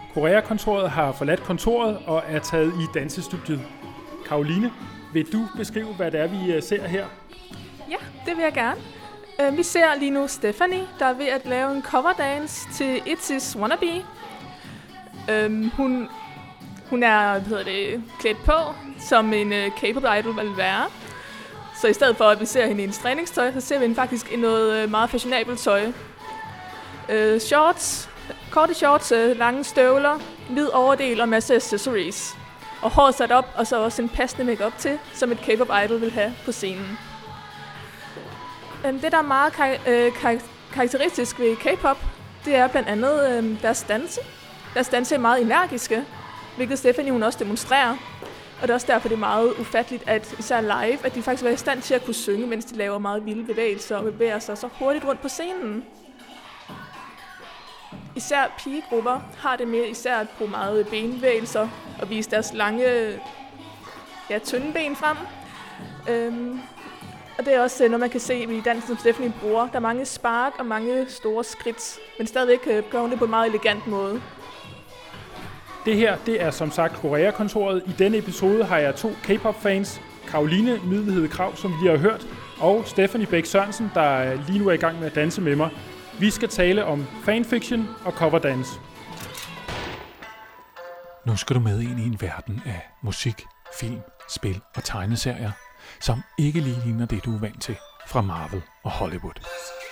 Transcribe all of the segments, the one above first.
Korea-kontoret har forladt kontoret og er taget i dansestudiet. Karoline, vil du beskrive, hvad det er, vi ser her? Ja, det vil jeg gerne. Vi ser lige nu Stephanie, der er ved at lave en coverdance til Itzy's Wannabe. Hun er klædt på, som en K-pop idol vil være. Så i stedet for, at vi ser hende i en træningstøj, så ser vi hende faktisk i noget meget fashionabelt tøj. Korte shorts, lange støvler, hvid overdel og masse accessories. Og håret sat op, og så også en passende make-up til, som et K-pop idol vil have på scenen. Det, der er meget karakteristisk ved K-pop, det er blandt andet deres danse. Deres danse er meget energiske, hvilket Stephanie hun også demonstrerer. Og det er også derfor, det er meget ufatteligt, at især live, at de faktisk er i stand til at kunne synge, mens de laver meget vilde bevægelser og bevæger sig så hurtigt rundt på scenen. Især pigegrupper har det med især at bruge meget benbevægelser og vise deres lange, tynde ben frem. Og det er også noget, man kan se i dansen, som Stephanie bruger. Der er mange spark og mange store skridt, men stadigvæk gør hun det på en meget elegant måde. Det her, det er som sagt Korea-kontoret. I denne episode har jeg 2 K-pop-fans, Karoline Middelhede Krav, som vi lige har hørt, og Stephanie Bæk Sørensen, der lige nu er i gang med at danse med mig. Vi skal tale om fanfiction og coverdance. Nu skal du med ind i en verden af musik, film, spil og tegneserier, som ikke lige ligner det, du er vant til fra Marvel og Hollywood.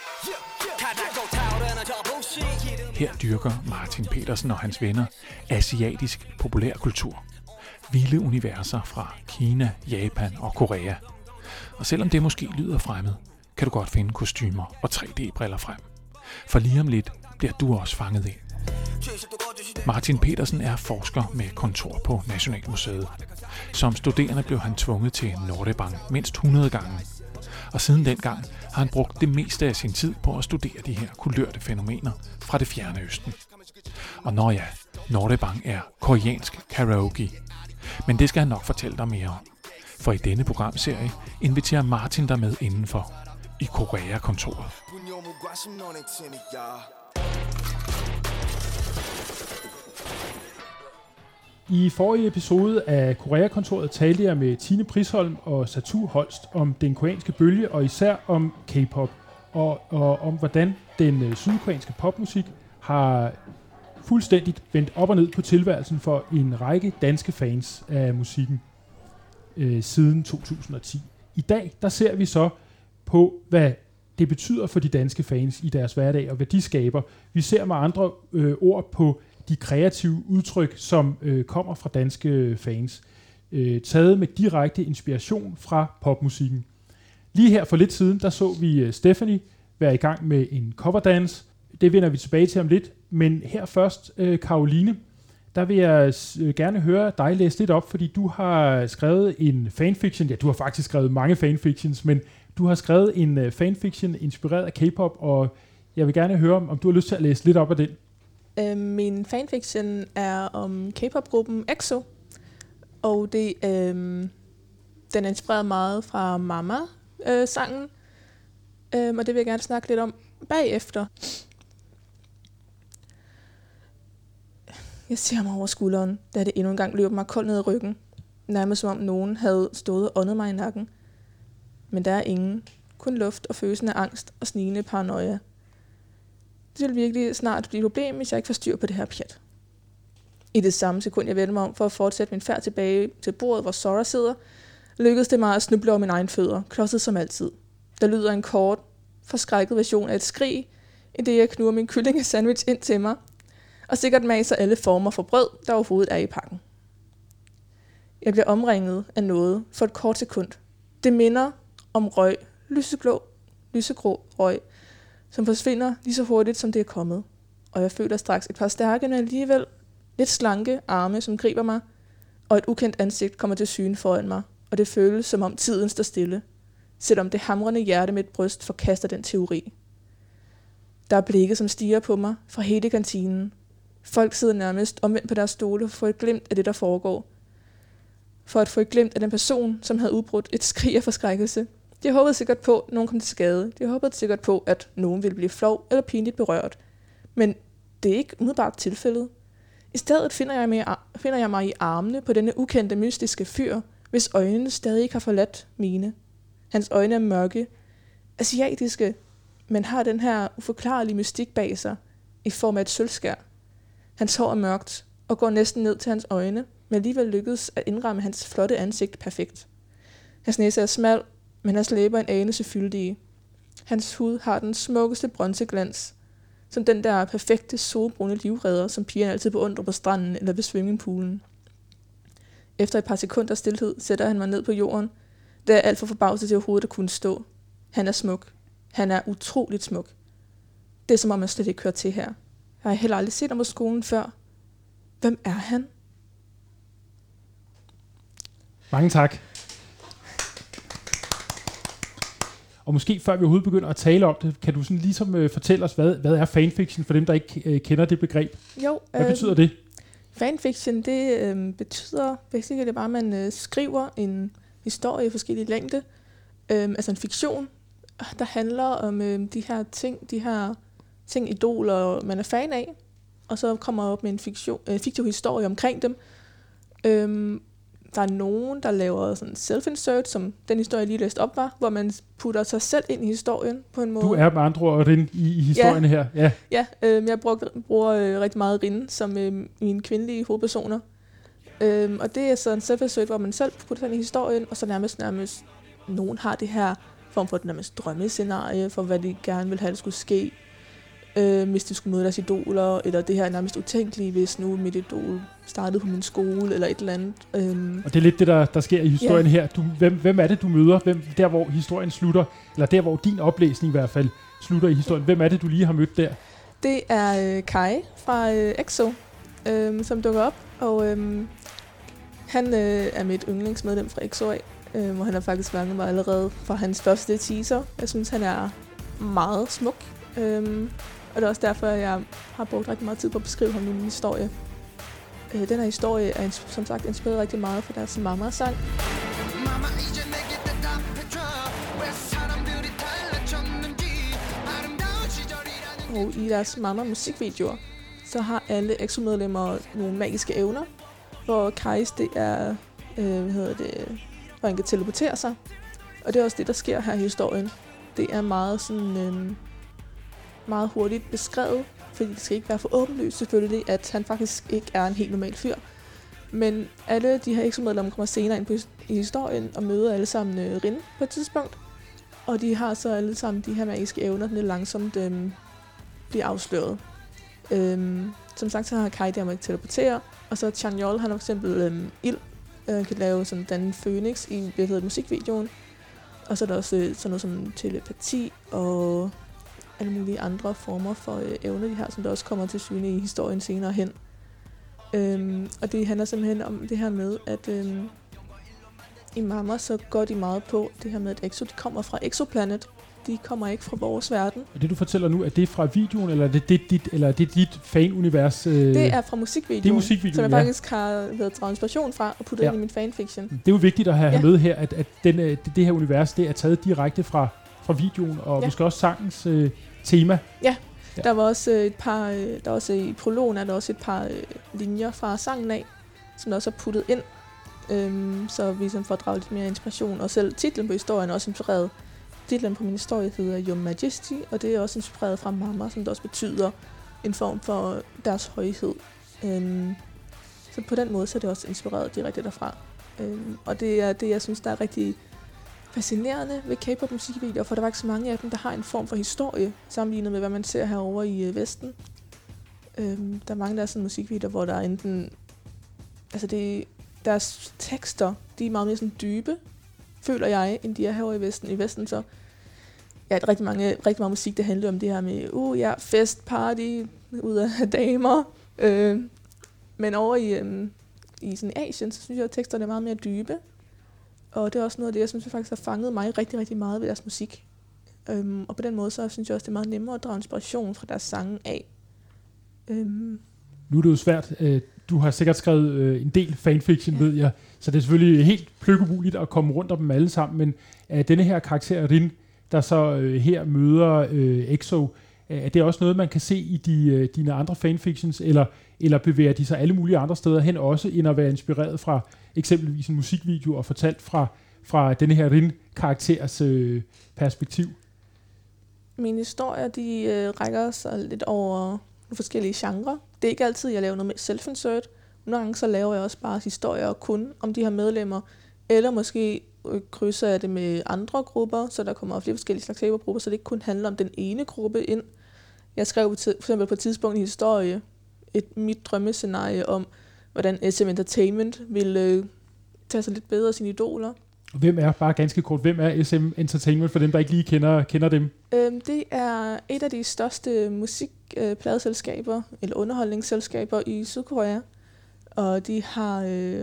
Her dyrker Martin Petersen og hans venner asiatisk populærkultur. Vilde universer fra Kina, Japan og Korea. Og selvom det måske lyder fremmed, kan du godt finde kostymer og 3D-briller frem. For lige om lidt bliver du også fanget ind. Martin Petersen er forsker med kontor på Nationalmuseet. Som studerende blev han tvunget til Noraebang mindst 100 gange. Og siden dengang har han brugt det meste af sin tid på at studere de her kulørte fænomener fra det fjerne østen. Og Noraebang er koreansk karaoke. Men det skal han nok fortælle dig mere om. For i denne programserie inviterer Martin dig med indenfor i Korea-kontoret. I forrige episode af Korea-kontoret talte jeg med Tine Prisholm og Satu Holst om den koreanske bølge og især om K-pop og om hvordan den sydkoreanske popmusik har fuldstændigt vendt op og ned på tilværelsen for en række danske fans af musikken siden 2010. I dag der ser vi så på, hvad det betyder for de danske fans i deres hverdag og hvad de skaber. Vi ser med andre ord på de kreative udtryk, som kommer fra danske fans, taget med direkte inspiration fra popmusikken. Lige her for lidt siden, der så vi Stephanie være i gang med en coverdance. Det vender vi tilbage til om lidt, men her først, Karoline, der vil jeg gerne høre dig læse lidt op, fordi du har skrevet en fanfiction. Ja, du har faktisk skrevet mange fanfictions, men du har skrevet en fanfiction inspireret af K-pop, og jeg vil gerne høre, om du har lyst til at læse lidt op af den. Min fanfiction er om K-pop-gruppen EXO, og den er inspireret meget fra Mama-sangen, og det vil jeg gerne snakke lidt om bagefter. Jeg ser mig over skulderen, da det endnu en gang løber mig koldt ned i ryggen, nærmest som om nogen havde stået og åndet mig i nakken. Men der er ingen, kun luft og følelsen af angst og snigende paranoia. Det vil virkelig snart blive et problem, hvis jeg ikke får styr på det her pjat. I det samme sekund, jeg vendte mig om for at fortsætte min færd tilbage til bordet, hvor Sora sidder, lykkedes det mig at snuble over mine egne fødder, klodset som altid. Der lyder en kort, forskrækket version af et skrig, i det jeg knurrer min kyllingesandwich ind til mig, og sikkert maser alle former for brød, der overhovedet er i pakken. Jeg bliver omringet af noget for et kort sekund. Det minder om røg, lysegrå røg, som forsvinder lige så hurtigt, som det er kommet. Og jeg føler straks et par stærke, men alligevel lidt slanke arme, som griber mig, og et ukendt ansigt kommer til syne foran mig, og det føles, som om tiden står stille, selvom det hamrende hjerte med et bryst forkaster den teori. Der er blikke, som stiger på mig fra hele kantinen. Folk sidder nærmest omvendt på deres stole for at få et glimt af det, der foregår. For at få et glimt af den person, som havde udbrudt et skrig af forskrækkelse. De håbede sikkert på, at nogen kom til skade. De håbede sikkert på, at nogen ville blive flov eller pinligt berørt. Men det er ikke umiddelbart tilfældet. I stedet finder jeg mig i armene på denne ukendte, mystiske fyr, hvis øjne stadig ikke har forladt mine. Hans øjne er mørke, asiatiske, men har den her uforklarlige mystik bag sig, i form af et sølvskær. Hans hår er mørkt, og går næsten ned til hans øjne, men alligevel lykkedes at indramme hans flotte ansigt perfekt. Hans næse er smal, men hans læber en anelse fyldige. Hans hud har den smukkeste bronzeglans, som den der perfekte solbrune livredder, som pigerne altid beundrer på stranden eller ved swimmingpoolen. Efter et par sekunder stilhed sætter han mig ned på jorden, da jeg alt for forbavset til overhovedet at kunne stå. Han er smuk. Han er utroligt smuk. Det er som om, jeg slet ikke hører til her. Jeg har heller aldrig set ham på skolen før. Hvem er han? Mange tak. Og måske før vi overhovedet begynder at tale om det, kan du sådan ligesom fortælle os, hvad er fanfiction for dem, der ikke kender det begreb? Jo. Hvad betyder det? Fanfiction, det betyder basically bare, at man skriver en historie i forskellige længde. Altså en fiktion, der handler om de her ting, idoler, man er fan af. Og så kommer op med en fiktiv historie omkring dem. Der er nogen, der laver sådan self-insert, som den historie, jeg lige læste op var, hvor man putter sig selv ind i historien på en måde. Du er med andre ord inde i historien her. Ja, jeg bruger rigtig meget Rinde som mine kvindelige hovedpersoner. Og det er så en self-insert, hvor man selv putter sig ind i historien, og så nærmest nogen har det her form for nærmest drømmescenarie for, hvad de gerne vil have, det skulle ske, hvis de skulle møde deres idoler, eller det her nærmest utænkelige, hvis nu mit idol startede på min skole, eller et eller andet. Og det er lidt det, der sker i historien her. Hvem er det, du møder? Der, hvor historien slutter, eller der, hvor din oplæsning i hvert fald slutter i historien. Hvem er det, du lige har mødt der? Det er Kai fra EXO, som dukker op, og han er mit yndlingsmedlem fra EXO af, hvor han har faktisk fanget mig allerede fra hans første teaser. Jeg synes, han er meget smuk. Og det er også derfor, jeg har brugt rigtig meget tid på at beskrive ham i min historie. Den her historie er som sagt inspireret rigtig meget fra deres Mama-sang. Og i deres Mama-musikvideoer, så har alle EXO-medlemmer nogle magiske evner, hvor Kais, det er, hvor han kan teleportere sig. Og det er også det, der sker her i historien. Det er meget sådan meget hurtigt beskrevet, fordi det skal ikke være for åbenlyst selvfølgelig, at han faktisk ikke er en helt normal fyr. Men alle de her EXO-medlemmer kommer senere ind i historien og møder alle sammen Rin på et tidspunkt. Og de har så alle sammen de her magiske evner, der langsomt bliver afsløret. Som sagt, så har Kai der med at teleportere, og så Chanyeol, han har for eksempel ild. Han kan lave sådan en Phoenix i musikvideoen. Og så er der også sådan noget som telepati og alle mulige andre former for evner, de har, som der også kommer til syne i historien senere hen. Og det handler simpelthen om det her med, at i Mama så går de meget på det her med, at EXO, de kommer fra Exoplanet. De kommer ikke fra vores verden. Og det du fortæller nu, er det fra videoen, eller er det dit fanunivers? Det er fra musikvideoen, det er musikvideoen, som jeg faktisk har været draget inspiration fra og puttet ind i min fanfiction. Det er jo vigtigt at have med her, at det her univers, det er taget direkte fra videoen, og måske også sangens tema. Ja, der var også et par, der også i prologen er der også et par linjer fra sangen af, som der også er puttet ind, så vi som får draget lidt mere inspiration, og selv titlen på historien er også inspireret. Titlen på min historie hedder Your Majesty, og det er også inspireret fra Mama, som der også betyder en form for deres højhed. Så på den måde så er det også inspireret direkte derfra. Og det er det, jeg synes, der er rigtig fascinerende ved K-pop musikvideoer, for der er faktisk så mange af dem, der har en form for historie, sammenlignet med, hvad man ser herovre i Vesten. Der er mange, der er sådan musikvideoer, hvor der er enten... Altså deres tekster, de er meget mere sådan dybe, føler jeg, end de er herovre i Vesten. I Vesten så rigtig meget musik, der handler om det her med, fest, party, ud af damer. Men over i sådan Asien, så synes jeg, at teksterne er meget mere dybe. Og det er også noget af det, jeg synes, faktisk har fanget mig rigtig, rigtig meget ved deres musik. Og på den måde, så synes jeg også, det er meget nemmere at drage inspiration fra deres sange af. Nu er det jo svært. Du har sikkert skrevet en del fanfiction, ved jeg. Så det er selvfølgelig helt pløkkemuligt at komme rundt om dem alle sammen. Men denne her karakter, Rin, der så her møder EXO, Er det også noget, man kan se i dine andre fanfictions, eller bevæger de sig alle mulige andre steder hen også, end at være inspireret fra eksempelvis en musikvideo og fortalt fra denne her Rin-karakteres perspektiv? Mine historier, de rækker sig lidt over nogle forskellige genrer. Det er ikke altid, jeg laver noget med self-insert. Nogle gange så laver jeg også bare historier kun om de her medlemmer, eller måske krydser jeg det med andre grupper, så der kommer flere forskellige slags grupper, så det ikke kun handler om den ene gruppe ind. Jeg skrev for eksempel på et tidspunkt en historie, mit drømmescenarie om, hvordan SM Entertainment ville tage sig lidt bedre af sine idoler. Hvem er SM Entertainment, for dem, der ikke lige kender dem? Det er et af de største musikpladeselskaber, eller underholdningsselskaber i Sydkorea. Og de har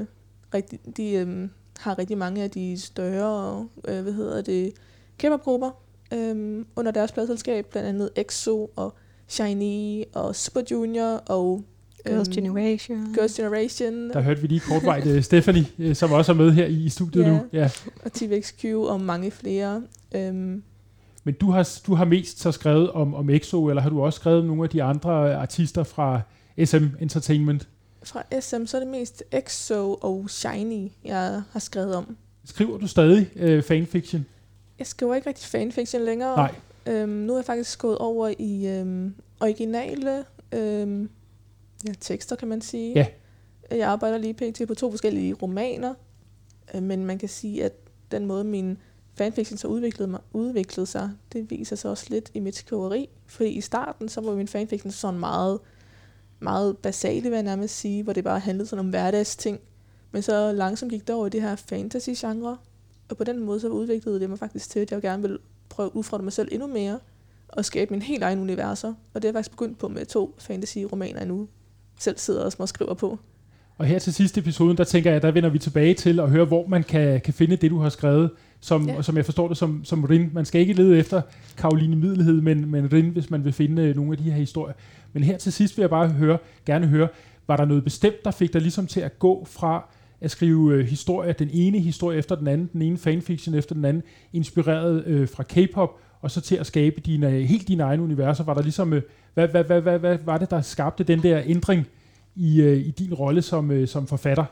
rigtig mange af de større, K-pop-grupper under deres pladeselskab, blandt andet EXO og SHINee og Super Junior og Girls' Generation. Der hørte vi lige kortvejt Stephanie, som også er med her i studiet nu. Ja. Og TVXQ og mange flere. Men du har mest så skrevet om EXO, eller har du også skrevet nogle af de andre artister fra SM Entertainment? Fra SM, så er det mest EXO og SHINee, jeg har skrevet om. Skriver du stadig fanfiction? Jeg skriver ikke rigtig fanfiction længere. Nej. Nu er jeg faktisk gået over i originale tekster, kan man sige. Ja. Jeg arbejder lige pt. På 2 forskellige romaner, men man kan sige, at den måde, min fanfiction så udviklede sig, det viser sig også lidt i mit skriveri. Fordi i starten, så var min fanfiction sådan meget, meget basale, vil jeg nærmest sige, hvor det bare handlede sådan om hverdagsting. Men så langsomt gik det over i det her fantasy-genre, og på den måde så udviklede det mig faktisk til, at jeg gerne ville prøve at udfordre mig selv endnu mere, og skabe min helt egen universer. Og det er jeg faktisk begyndt på med 2 fantasy-romaner, jeg nu selv sidder og skriver på. Og her til sidste episoden, der tænker jeg, der vender vi tilbage til at høre, hvor man kan finde det, du har skrevet, som jeg forstår det som Rin. Man skal ikke lede efter Caroline Middelhed, men Rin, hvis man vil finde nogle af de her historier. Men her til sidst vil jeg bare gerne høre, var der noget bestemt, der fik dig ligesom til at gå fra at skrive historier, den ene historie efter den anden, den ene fanfiction efter den anden, inspireret fra K-pop, og så til at skabe dine egne universer? Var der ligesom, hvad var det, der skabte den der ændring i din rolle som forfatter?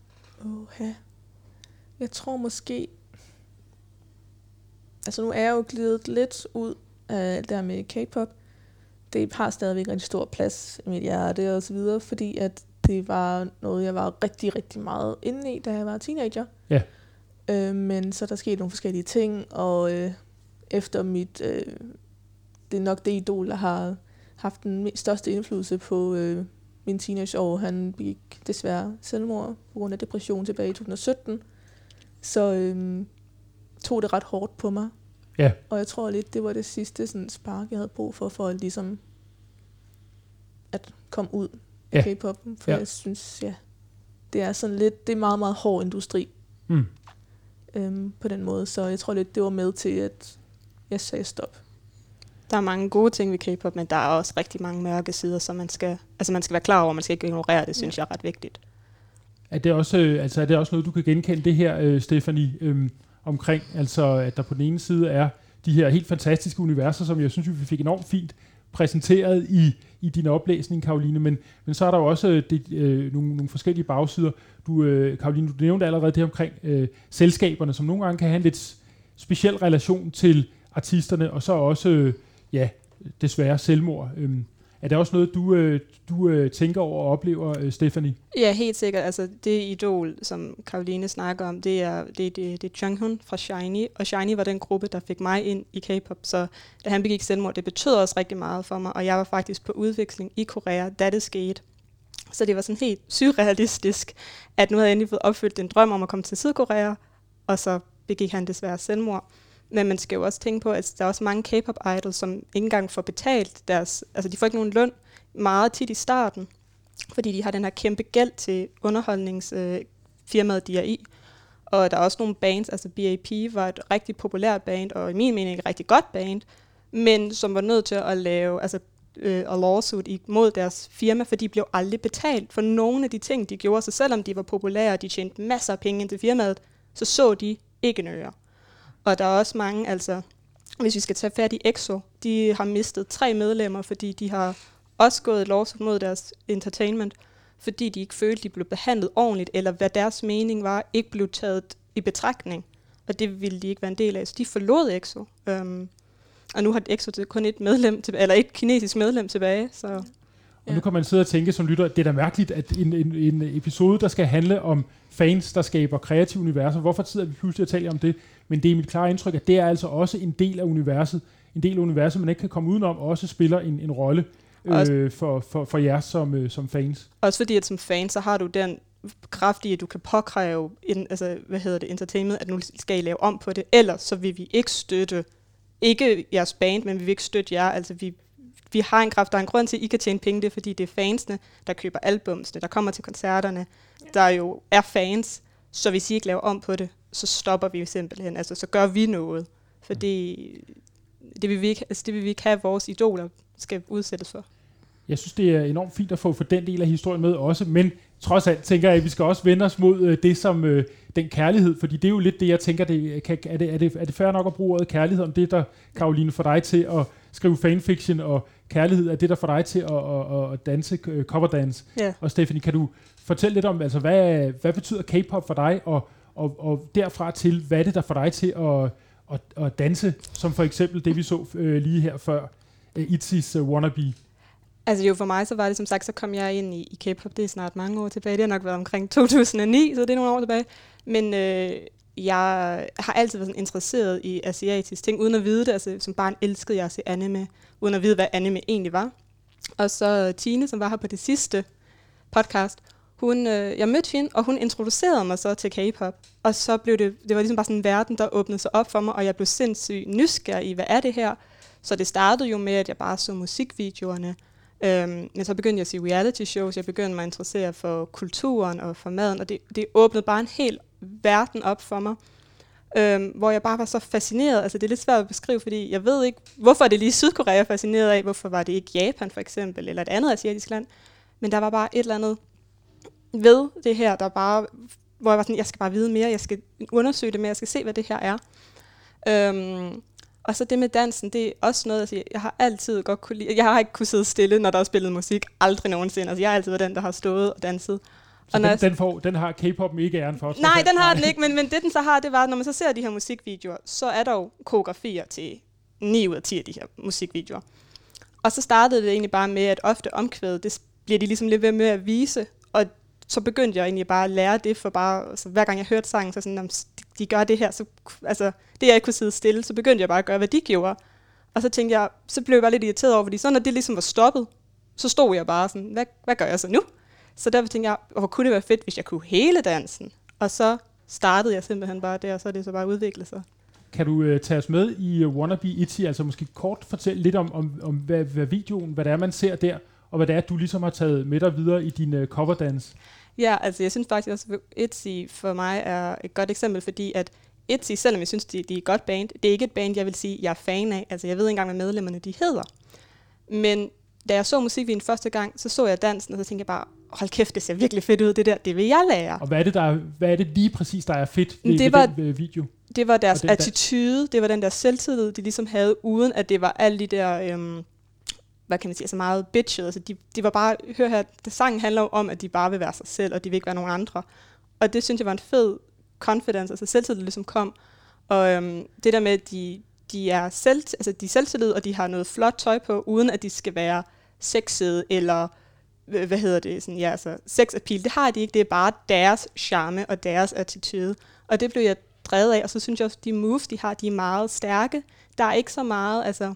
Jeg tror måske, altså nu er jeg jo glidet lidt ud af det der med K-pop. Det har stadigvæk en rigtig stor plads i mit hjerte og så videre, fordi at det var noget, jeg var rigtig, rigtig meget inde i, da jeg var teenager. Ja. Men så der skete nogle forskellige ting, og efter mit, det er nok det idol, der har haft den største indflydelse på min teenageår. Han begik desværre selvmord på grund af depression tilbage i 2017. Så tog det ret hårdt på mig. Ja. Og jeg tror lidt, det var det sidste sådan, spark, jeg havde brug for ligesom at komme ud af K-pop. For jeg synes, det er sådan lidt, det er meget, meget hård industri. På den måde. Så jeg tror lidt, det var med til, at jeg sagde stop. Der er mange gode ting ved K-pop, men der er også rigtig mange mørke sider, så man skal være klar over, man skal ikke ignorere det, synes jeg er ret vigtigt. Er det også noget, du kan genkende det her, Stephanie, omkring, altså at der på den ene side er de her helt fantastiske universer, som jeg synes, vi fik enormt fint præsenteret i din oplæsning, Caroline, men så er der jo også nogle forskellige bagsider. Caroline, du nævnte allerede det omkring selskaberne, som nogle gange kan have en lidt speciel relation til artisterne, og så også, desværre selvmord. Er det også noget, du tænker over og oplever, Stephanie? Ja, helt sikkert. Altså, det idol, som Caroline snakker om, det er Junghoon fra SHINee, og SHINee var den gruppe, der fik mig ind i K-pop, så da han begik selvmord, det betød også rigtig meget for mig, og jeg var faktisk på udveksling i Korea, da det skete. Så det var sådan helt surrealistisk, at nu havde jeg endelig fået opfyldt en drøm om at komme til Sydkorea, og så begik han desværre selvmord. Men man skal jo også tænke på, at der er også mange K-pop-idols, som ikke engang får betalt deres... Altså, de får ikke nogen løn meget tit i starten, fordi de har den her kæmpe gæld til underholdningsfirmaet, de er i. Og der er også nogle bands, altså BAP var et rigtig populært band, og i min mening et rigtig godt band, men som var nødt til at lave a lawsuit mod deres firma, for de blev aldrig betalt for nogle af de ting, de gjorde. Så selvom de var populære, og de tjente masser af penge ind til firmaet, så de ikke en øre. Og der er også mange Hvis vi skal tage fat i EXO, de har mistet 3 medlemmer, fordi de har også gået et lawsuit mod deres entertainment, fordi de ikke følte, de blev behandlet ordentligt, eller hvad deres mening var, ikke blev taget i betragtning. Og det ville de ikke være en del af, så de forlod EXO. Og nu har EXO kun et kinesisk medlem tilbage. Så. Og nu kan man sidde og tænke som lytter, det er da mærkeligt, at en episode, der skal handle om fans, der skaber kreative universer, hvorfor sidder vi pludselig og taler om det? Men det er mit klare indtryk, at det er altså også en del af universet, man ikke kan komme udenom, og også spiller en rolle for jer som fans. Også fordi, at som fan, så har du den kraft i, at du kan påkræve entertainment, at nu skal I lave om på det, ellers så vil vi ikke støtte, ikke jeres band, men vi vil ikke støtte jer, altså vi har en kraft, der er en grund til, at I kan tjene penge, det er fordi, det er fansene, der køber albumsene, der kommer til koncerterne, der jo er fans, så hvis I ikke laver om på det, så stopper vi simpelthen, altså så gør vi noget, for det vil vi ikke have, vores idoler skal udsættes for. Jeg synes, det er enormt fint at få den del af historien med også, men trods alt tænker jeg, at vi skal også vende os mod det som den kærlighed, fordi det er jo lidt det, jeg tænker, er det fair nok at bruge ordet kærlighed om det, der, Caroline, får dig til at skrive fanfiction, og kærlighed er det, der får dig til at danse, coverdance. Yeah. Og Stephanie, kan du fortælle lidt om, altså hvad betyder K-pop for dig, og derfra til, hvad er det, der får dig til at danse, som for eksempel det, vi så lige her før, ITZY's Wannabe? Altså jo, for mig så var det som sagt, så kom jeg ind i K-pop, det er snart mange år tilbage, det har nok været omkring 2009, så det er nogle år tilbage, men jeg har altid været sådan interesseret i asiatisk ting, uden at vide det, altså som barn elskede jeg at se anime, uden at vide, hvad anime egentlig var. Og så Tine, som var her på det sidste podcast, jeg mødte hende, og hun introducerede mig så til K-pop, og så blev det var ligesom bare sådan en verden, der åbnede sig op for mig, og jeg blev sindssygt nysgerrig i, hvad er det her? Så det startede jo med, at jeg bare så musikvideoerne, men så begyndte jeg at se reality shows, jeg begyndte mig at interessere for kulturen og for maden, og det åbnede bare en hel verden op for mig, hvor jeg bare var så fascineret. Altså det er lidt svært at beskrive, fordi jeg ved ikke, hvorfor er det lige Sydkorea fascineret af, hvorfor var det ikke Japan for eksempel, eller et andet asiatisk land, men der var bare et eller andet ved det her, der bare, hvor jeg var sådan, jeg skal bare vide mere, jeg skal undersøge det mere, jeg skal se, hvad det her er. Og så det med dansen, det er også noget, altså, jeg har altid godt kunne lide. Jeg har ikke kunne sidde stille, når der er spillet musik. Aldrig nogensinde. Altså, jeg har altid været den, der har stået og danset. Så den har K-pop ikke æren for? Nej, den har den ikke, men det den så har, det var, når man så ser de her musikvideoer, så er der jo koreografier til 9 ud af 10 af de her musikvideoer. Og så startede det egentlig bare med, at ofte omkvædet, det bliver de ligesom lidt ved med at vise, og så begyndte jeg egentlig bare at lære det, for bare, altså, hver gang jeg hørte sangen, så sådan, de gør det her, så altså, det jeg ikke kunne sidde stille, så begyndte jeg bare at gøre, hvad de gjorde. Og så tænkte jeg, så blev jeg bare lidt irriteret over, fordi så når det ligesom var stoppet, så stod jeg bare sådan, hvad gør jeg så nu? Så derfor tænkte jeg, hvor kunne det være fedt, hvis jeg kunne hele dansen? Og så startede jeg simpelthen bare der, og så er det så bare udviklet sig. Kan du tage os med i Wannabe ITZY, altså måske kort fortælle lidt om hvad videoen, hvad det er, man ser der, og hvad det er, du ligesom har taget med dig videre i din coverdance? Ja, altså jeg synes faktisk også, at ITZY for mig er et godt eksempel, fordi at ITZY, selvom jeg synes, de er et godt band, det er ikke et band, jeg vil sige, jeg er fan af. Altså jeg ved ikke engang, hvad medlemmerne de hedder. Men da jeg så musikvideoen første gang, så jeg dansen, og så tænkte jeg bare, hold kæft, det ser virkelig fedt ud, det vil jeg lære. Og hvad er det lige præcis, der er fedt ved den video? Det var deres attitude, det var den der selvtillid, de ligesom havde, uden at det var alle de der, hvad kan man sige, så meget bitchet. Altså de var bare, hør her, sangen handler om, at de bare vil være sig selv, og de vil ikke være nogen andre. Og det synes jeg var en fed confidence, altså selvtillid ligesom kom. Og det der med, at de er selvtillid, og de har noget flot tøj på, uden at de skal være sexede, eller sådan, ja, altså sex appeal, det har de ikke, det er bare deres charme og deres attitude. Og det blev jeg drevet af, og så synes jeg også, de moves, de har, de er meget stærke. Der er ikke så meget, altså,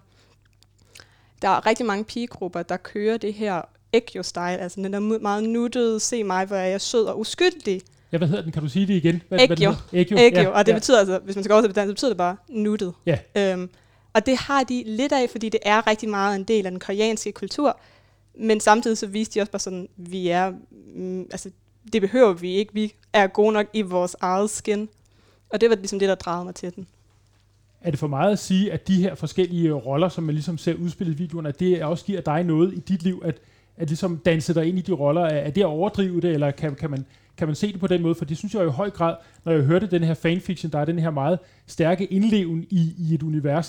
der er rigtig mange pigegrupper, der kører det her Aegyo-style, altså den der meget nuttede, se mig, hvor jeg er sød og uskyldig. Ja, hvad hedder den? Kan du sige det igen? Aegyo. Ja, og det betyder altså, hvis man skal oversætte på dansk, så betyder det bare nuttet. Ja. Og det har de lidt af, fordi det er rigtig meget en del af den koreanske kultur, men samtidig så viste de også bare sådan, vi er, altså det behøver vi ikke, vi er gode nok i vores eget skin. Og det var ligesom det, der dragede mig til den. Er det for meget at sige, at de her forskellige roller, som man ligesom ser udspillet i videoen, at det også giver dig noget i dit liv, at ligesom danse dig ind i de roller? Er det at overdrive det, eller kan man se det på den måde? For det synes jeg jo i høj grad, når jeg hørte den her fanfiction, der er den her meget stærke indleven i et univers,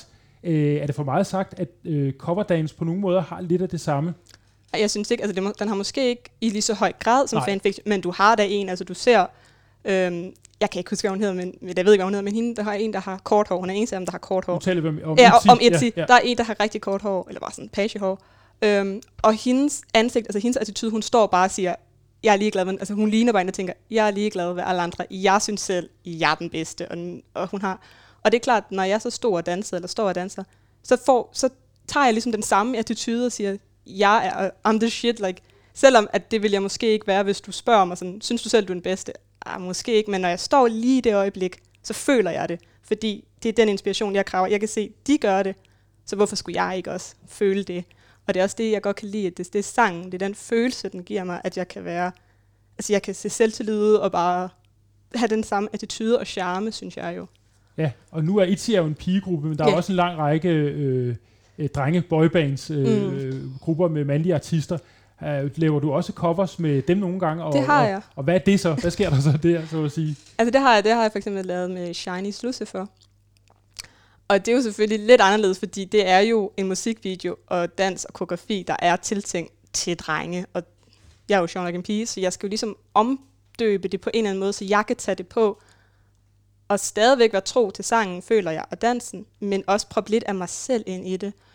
Er det for meget sagt, at coverdance på nogle måder har lidt af det samme? Jeg synes ikke, altså den har måske ikke i lige så høj grad som Nej. fanfiction, men du har da en, altså du ser, jeg kan ikke huske, hvad hun hedder, men jeg ved ikke, hvad hun hedder, men hende, der har en, der har kort hår. Hun er en af dem, der har kort hår. Nu taler vi om om Itzy. Ja. Der er en, der har rigtig kort hår, eller bare sådan pagehår. Og hendes ansigt, altså hendes attitude, hun står bare og siger, jeg er ligeglad, men altså hun ligner bare en, der tænker, jeg er ligeglad ved alle andre. Jeg synes selv, jeg er den bedste. Og hun har, og det er klart, når jeg så står og danser, så tager jeg ligesom den samme attitude og siger, jeg er I'm the shit, like, selvom at det vil jeg måske ikke være, hvis du spørger mig sådan, synes du selv, du er den bedste? Måske ikke, men når jeg står lige i det øjeblik, så føler jeg det, fordi det er den inspiration, jeg kræver. Jeg kan se, de gør det, så hvorfor skulle jeg ikke også føle det? Og det er også det, jeg godt kan lide, at det er sangen, det er den følelse, den giver mig, at jeg kan være, altså jeg kan se selvtillid ud og bare have den samme attitude og charme, synes jeg jo. Ja, og nu er Itzy jo en pigegruppe, men der er også en lang række drenge-boybands, grupper med mandlige artister. Laver du også covers med dem nogle gange? Det har jeg. Og hvad er det så? Hvad sker der så der, så at sige? Altså det har jeg for eksempel lavet med Shiny's Lucifer. Og det er jo selvfølgelig lidt anderledes, fordi det er jo en musikvideo og dans og koreografi, der er tiltænkt til drenge. Og jeg er jo sjov nok en pige, så jeg skal jo ligesom omdøbe det på en eller anden måde, så jeg kan tage det på og stadigvæk være tro til sangen, føler jeg, og dansen, men også proppe lidt af mig selv ind i det.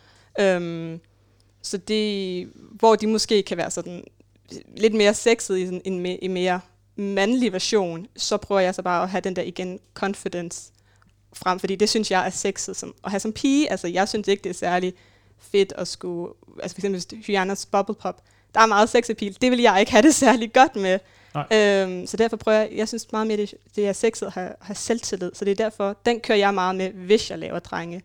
Så det, hvor de måske kan være sådan lidt mere sexet i sådan en mere mandlig version, så prøver jeg så bare at have den der igen confidence frem, fordi det synes jeg er sexet at have som pige. Altså jeg synes ikke, det er særlig fedt at skulle, altså for eksempel Hyannas Bubble Pop, der er meget sex appeal, det vil jeg ikke have det særlig godt med. Så derfor prøver jeg synes meget mere, det er sexet at have selvtillid, så det er derfor, den kører jeg meget med, hvis jeg laver drenge.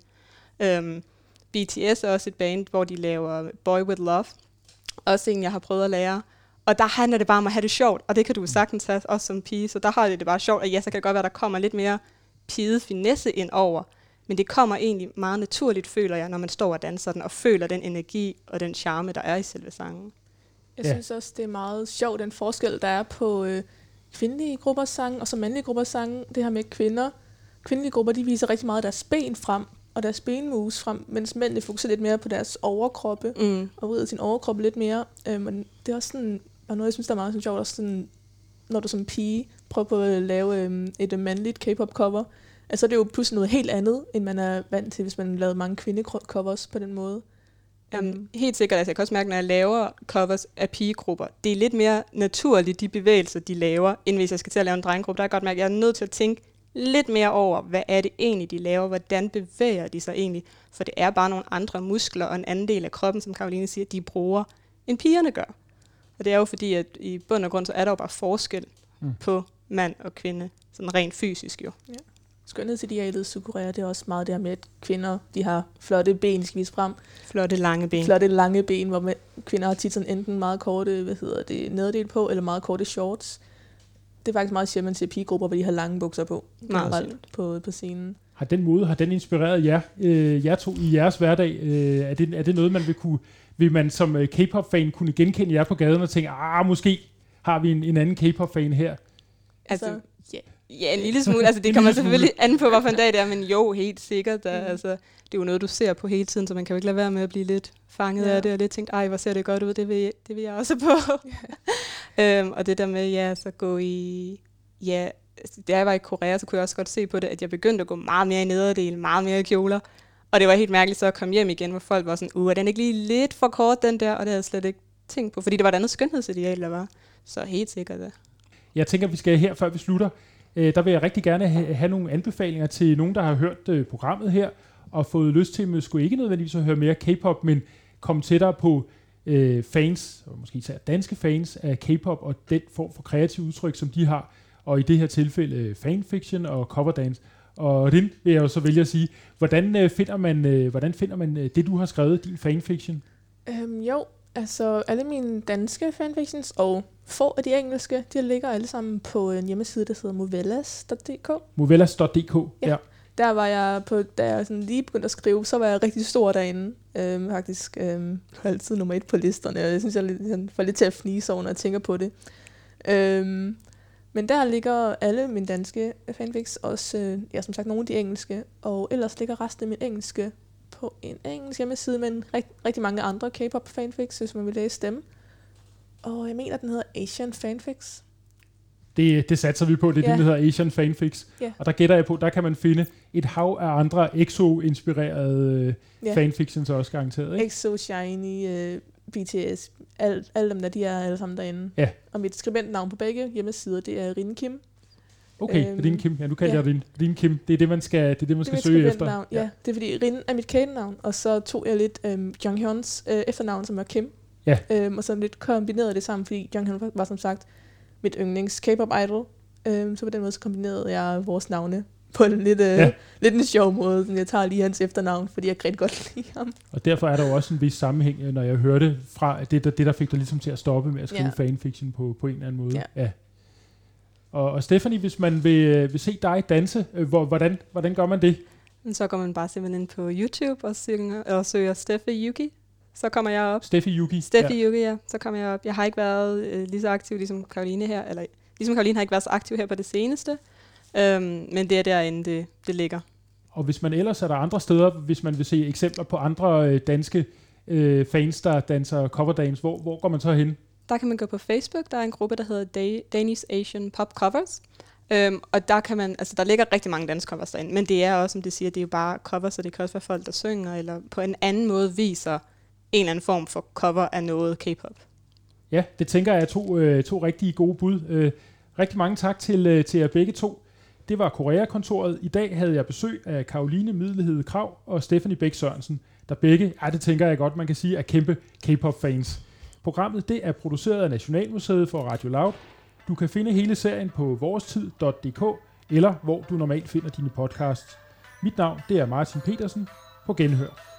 BTS er også et band, hvor de laver Boy With Love, også en, jeg har prøvet at lære, og der handler det bare om at have det sjovt, og det kan du sagtens have også som pige, så der har det bare sjovt, og ja, så kan det godt være, der kommer lidt mere pide finesse ind over, men det kommer egentlig meget naturligt, føler jeg, når man står og danser den, og føler den energi og den charme, der er i selve sangen. Jeg synes også, det er meget sjovt, den forskel, der er på kvindelige gruppers sange, og så mandlige gruppers sange. Det her med kvinder. Kvindelige grupper, de viser rigtig meget deres ben frem, og deres benmoves frem, mens mændene fokuserer lidt mere på deres overkroppe, og vrider sin overkroppe lidt mere. Men det er også sådan, og noget, jeg synes, der er meget sådan sjovt, også sådan, når du som pige prøver på at lave et mandligt K-pop-cover, altså det er jo pludselig noget helt andet, end man er vant til, hvis man lavede mange kvindecovers på den måde. Helt sikkert, altså jeg kan også mærke, når jeg laver covers af pigegrupper, det er lidt mere naturligt, de bevægelser, de laver, end hvis jeg skal til at lave en drengegruppe. Der er godt mærke, at jeg er nødt til at tænke lidt mere over, hvad er det egentlig, de laver, hvordan bevæger de sig egentlig, for det er bare nogle andre muskler og en anden del af kroppen, som Caroline siger, de bruger, end pigerne gør. Og det er jo fordi, at i bund og grund, så er der jo bare forskel på mand og kvinde, sådan rent fysisk jo. Ja. Skønhedsidealet Sydkorea, det er også meget det her med, at kvinder, de har flotte ben, de skal vise frem. Flotte lange ben. Flotte lange ben, hvor kvinder har tit sådan enten meget korte, nederdel på, eller meget korte shorts. Det er faktisk meget sjældent, man ser pigegrupper, hvor de har lange bukser på, på scenen. Har den inspireret jer to i jeres hverdag? Er det noget, man vil man som K-pop-fan kunne genkende jer på gaden og tænke, måske har vi en anden K-pop-fan her? Altså, ja, en lille smule. Altså, det kommer selvfølgelig an på, hvorfor en dag det er, men jo, helt sikkert. Altså, det er jo noget, du ser på hele tiden, så man kan jo ikke lade være med at blive lidt fanget af det, og lidt tænkt, hvor ser det godt ud, det vil jeg også på. Og det der med, så gå i... Ja, da jeg var i Korea, så kunne jeg også godt se på det, at jeg begyndte at gå meget mere i nederdel, meget mere i kjoler. Og det var helt mærkeligt så at komme hjem igen, hvor folk var sådan, er den ikke lige lidt for kort, den der? Og det havde jeg slet ikke tænkt på, fordi det var et andet skønhedsideal, der var. Så helt sikkert det. Jeg tænker, vi skal her, før vi slutter, der vil jeg rigtig gerne have nogle anbefalinger til nogen, der har hørt programmet her, og fået lyst til, måske ikke nødvendigvis at høre mere K-pop, men komme tættere på fans, og måske især danske fans af K-pop, og den form for kreativ udtryk, som de har, og i det her tilfælde fanfiction og coverdance. Og det vil jeg jo så vælge at sige, hvordan finder man det, du har skrevet, din fanfiction? Altså alle mine danske fanfictions og få af de engelske, de ligger alle sammen på en hjemmeside, der hedder movellas.dk. Movellas.dk, ja. Der var jeg da jeg sådan lige begyndte at skrive, så var jeg rigtig stor derinde. Faktisk altid nummer 1 på listerne, og jeg synes, jeg får lidt til at fnise over, når jeg tænker på det. Men der ligger alle mine danske fanfics, også som sagt nogle af de engelske, og ellers ligger resten af mine engelske på en engelsk hjemmeside med rigtig mange andre K-pop fanfics, hvis man vil læse dem. Og jeg mener, den hedder Asian Fanfics. Det satser vi på, det er det, der hedder Asian Fanfics. Og der gætter jeg på, der kan man finde et hav af andre EXO-inspirerede fanfictions også garanteret. Ikke? EXO, SHINee, BTS, alle dem der, de er alle sammen derinde. Ja. Og mit skribentnavn på begge hjemmesider, det er Rin Kim. Okay, Rin Kim. Ja, nu kalder jeg Rin Kim. Det er det, man skal søge efter. Ja, det er fordi Rin er mit kælenavn, og så tog jeg lidt Jonghyuns efternavn, som er Kim. Ja. Og så lidt kombineret det sammen, fordi Jonghyun var som sagt mit yndlings K-pop idol. Så på den måde så kombinerede jeg vores navne på en lidt en sjov måde. Jeg tager lige hans efternavn, fordi jeg rigtig godt lide ham. Og derfor er der jo også en vis sammenhæng, når jeg hørte fra det der fik dig ligesom til at stoppe med at skrive fanfiction på en eller anden måde. Ja. Og Stephanie, hvis man vil se dig danse, hvordan gør man det? Så går man bare simpelthen ind på YouTube og søger Steffi Yuki. Så kommer jeg op. Steffi Yuki, ja. Så kommer jeg op. Jeg har ikke været lige så aktiv ligesom Caroline her, eller ligesom Caroline har ikke været så aktiv her på det seneste, men det er derinde, det ligger. Og hvis man ellers er der andre steder, hvis man vil se eksempler på andre danske fans, der danser coverdance, hvor går man så hen? Der kan man gå på Facebook. Der er en gruppe, der hedder Danish Asian Pop Covers. Og der kan man, altså der ligger rigtig mange dansecovers derinde, men det er også, som det siger, det er jo bare covers, så det kan også være folk, der synger, eller på en anden måde viser en eller anden form for cover af noget K-pop. Ja, det tænker jeg er to rigtig gode bud. Rigtig mange tak til jer begge to. Det var Korea-kontoret. I dag havde jeg besøg af Caroline Middelhede Krag og Stephanie Bæk Sørensen, der begge, det tænker jeg godt, man kan sige, er kæmpe K-pop-fans. Programmet det er produceret af Nationalmuseet for Radio Loud. Du kan finde hele serien på vorestid.dk eller hvor du normalt finder dine podcasts. Mit navn det er Martin Petersen. På genhør.